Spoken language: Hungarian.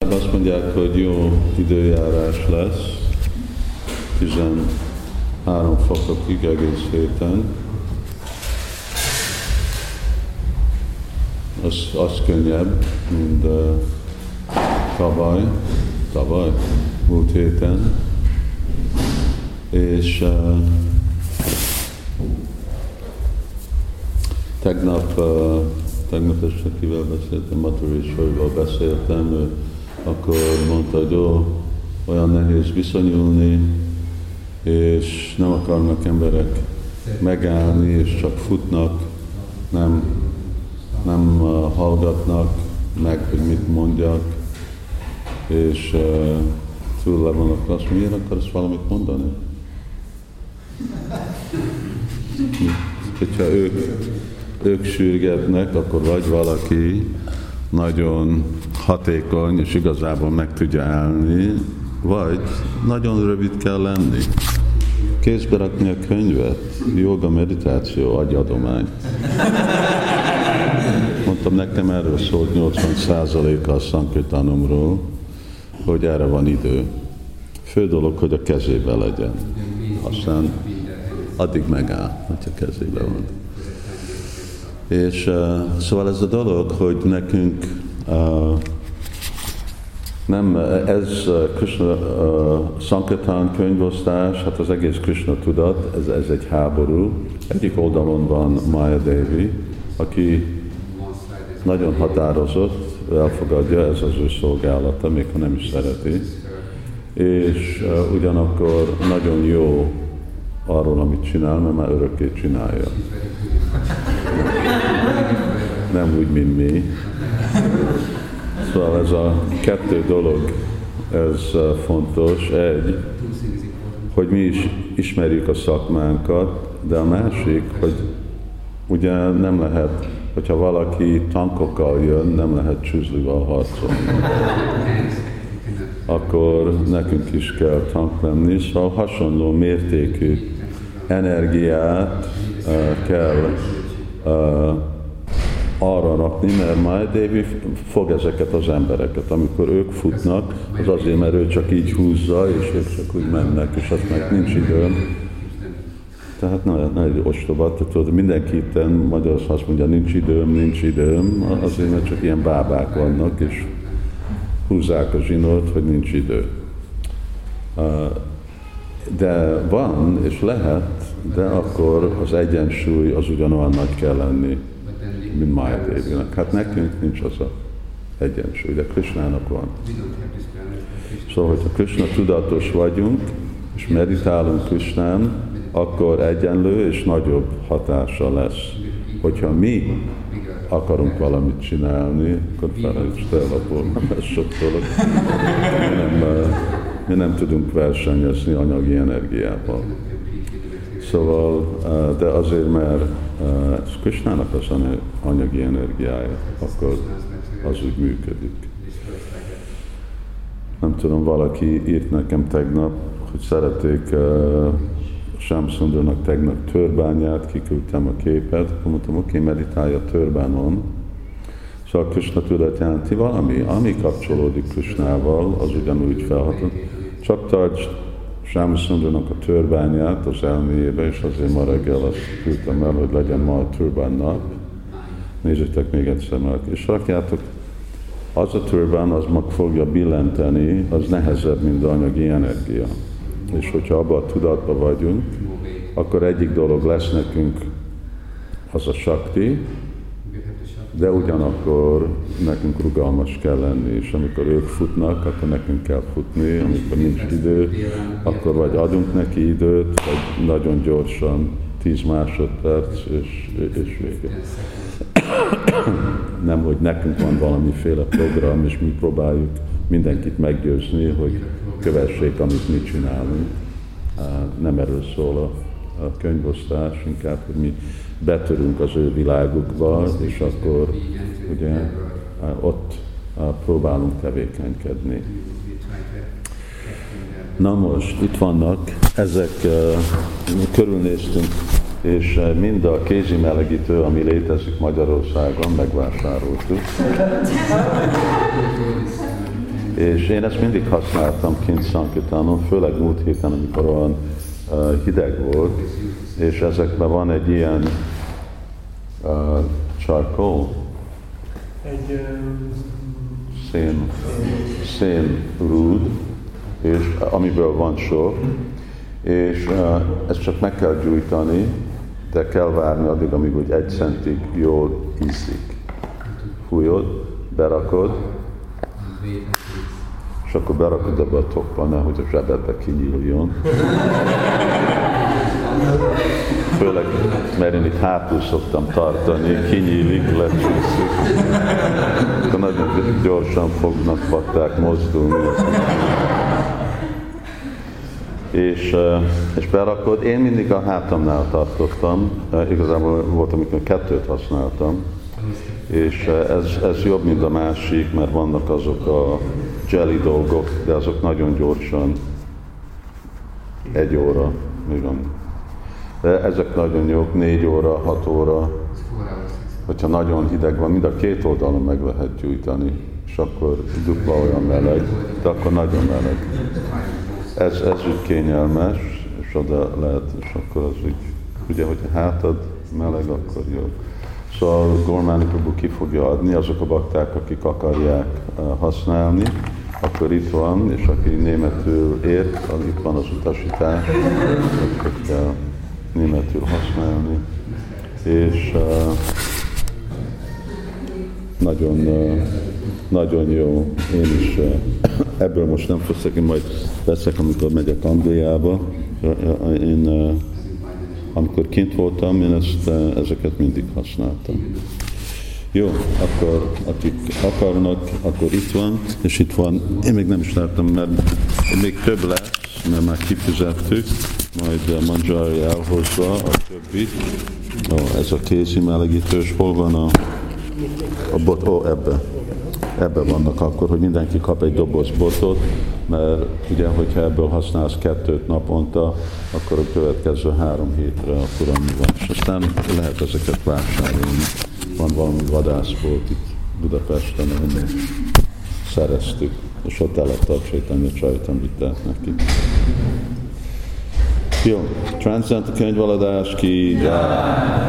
legalább azt mondják, hogy jó időjárás lesz, 13 fokokig egész héten. Az könnyebb, mint tavaly, múlt héten. És tegnap este kivel beszéltem, Maturisvarival beszéltem, ő akkor mondta, hogy olyan nehéz viszonyulni, és nem akarnak emberek megállni, és csak futnak, nem hallgatnak meg, hogy mit mondjak, és túl le vannak, azt mondja, miért akarsz valamit mondani? Hogyha ők sürgetnek, akkor vagy valaki nagyon hatékony, és igazából meg tudja állni, vagy nagyon rövid kell lenni. Kézbe rakni a könyvet, joga, meditáció, agyadomány. Mondtam, nekem erről szólt 80%-a a Sankirtanomról, hogy erre van idő. Fő dolog, hogy a kezébe legyen. Aztán addig megáll, hogy a kezébe van. És szóval ez a dolog, hogy nekünk nem, ez Krishna Sankirtan könyvosztás, hát az egész Krishna tudat, ez egy háború. Egyik oldalon van Maya Devi, aki nagyon határozott, elfogadja, ez az ő szolgálata, még ha nem is szereti. És ugyanakkor nagyon jó arról, amit csinál, mert már örökké csinálja. Nem úgy, mint mi. Szóval ez a kettő dolog, ez fontos. Egy, hogy mi is ismerjük a szakmánkat, de a másik, hogy ugye nem lehet, hogyha valaki tankokkal jön, nem lehet csüzlival harcolni. Akkor nekünk is kell tank lenni, szóval hasonló mértékű energiát kell arra rakni, mert Maya Devi fog ezeket az embereket. Amikor ők futnak, az azért, mert ő csak így húzza, és ők csak úgy mennek, és azt meg nincs időm. Tehát ne egy ostoba, tudod, mindenki itten magyarul azt mondja, nincs időm, azért, mert csak ilyen bábák vannak, és húzzák a zsinót, hogy nincs idő. De van, és lehet, de akkor az egyensúly az ugyanolyan nagy kell lenni, mint Maya Devinek. Hát nekünk nincs az a egyensúly, de Krishnának van. Szóval, hogyha Krishna tudatos vagyunk, és meditálunk Krishnán, akkor egyenlő és nagyobb hatása lesz. Hogyha mi akarunk valamit csinálni, akkor felejtsd el, akkor nem lesz sok dolog. Mi nem tudunk versenyezni anyagi energiával. Szóval, de azért, mert Krishnának az anyagi energiája, akkor az úgy működik. Nem tudom, valaki írt nekem tegnap, hogy szerették Shamsundarnak tegnap törbányát, kiküldtem a képet, akkor mondtam, oké, meditálj a törbánon. Szóval Krishna tudat jelenti valami, ami kapcsolódik Krishnával, az ugyanúgy felható. Csak tartsd Shamsundarnak a törbányát az elméjébe, és azért ma reggel azt küldtem el, hogy legyen ma a törbán nap. Nézzétek még egyszer meg, és rakjátok, az a törbán, az meg fogja billenteni, az nehezebb, mint az anyagi energia. És hogyha abban a tudatban vagyunk, akkor egyik dolog lesz nekünk, az a sakti, de ugyanakkor nekünk rugalmas kell lenni, és amikor ők futnak, akkor nekünk kell futni, amikor nincs idő, akkor vagy adunk neki időt, vagy nagyon gyorsan, 10 másodperc, és vége. Nem, hogy nekünk van valamiféle program, és mi próbáljuk mindenkit meggyőzni, hogy kövessék, amit mi csinálunk. Nem erről szól a könyvosztás, inkább, hogy mi betörünk az ő világukba, és akkor ugye ott próbálunk tevékenykedni. Na most, itt vannak, ezek körülnéztünk, és mind a kézi melegítő, ami létezik Magyarországon, megvásároltuk. És én ezt mindig használtam kint Sankirtanon, főleg múlt héten, amikor olyan hideg volt, és ezekben van egy ilyen charcoal, egy szénrúd, és amiből van sok, és ezt csak meg kell gyújtani, de kell várni addig, amíg úgy 1 centig jól ízik. Fújod, berakod, és akkor berakod ebbe a tokba, nehogy a zsebedbe kinyíljon. Főleg, mert én itt hátul szoktam tartani, kinyílik, lecsúszik. Akkor nagyon gyorsan fognak patták mozdulni. És berakod, én mindig a hátamnál tartottam, igazából volt, amikor 2 használtam, és ez jobb, mint a másik, mert vannak azok a jelly dolgok, de azok nagyon gyorsan, 1 óra, mi van. De ezek nagyon jók, 4 óra, 6 óra, hogyha nagyon hideg van, mind a 2 oldalon meg lehet gyújtani, és akkor dupla olyan meleg, de akkor nagyon meleg. Ez úgy kényelmes, és oda lehet, és akkor az úgy, ugye, hogy a hátad meleg, akkor jó. Szóval Gormani Prabhu ki fogja adni, azok a bakták, akik akarják használni, akkor itt van, és aki németül ért, itt van az utasítás, akkor kell németül használni, és nagyon jó. Én is ebből most nem foszok, én majd veszek, amikor megyek Angliába. Én amikor kint voltam, én ezeket mindig használtam. Jó, akkor akik akarnak, akkor itt van, és itt van, én még nem is láttam, mert még több lesz, mert már kifizettük, majd Manjari elhozza a többit. Ez a kézi melegítős, hol van a bot? Ebbe vannak akkor, hogy mindenki kap egy doboz botot, mert ugye, hogyha ebből használsz 2 naponta, akkor a következő 3 hétre akkor annyi van. És aztán lehet ezeket vásárolni. Van valami vadászbolt itt Budapesten, ahol szereztük, és ott eladta a Chaitanya Charitamritát neki. Jó, Transcendental könyvaladás ki,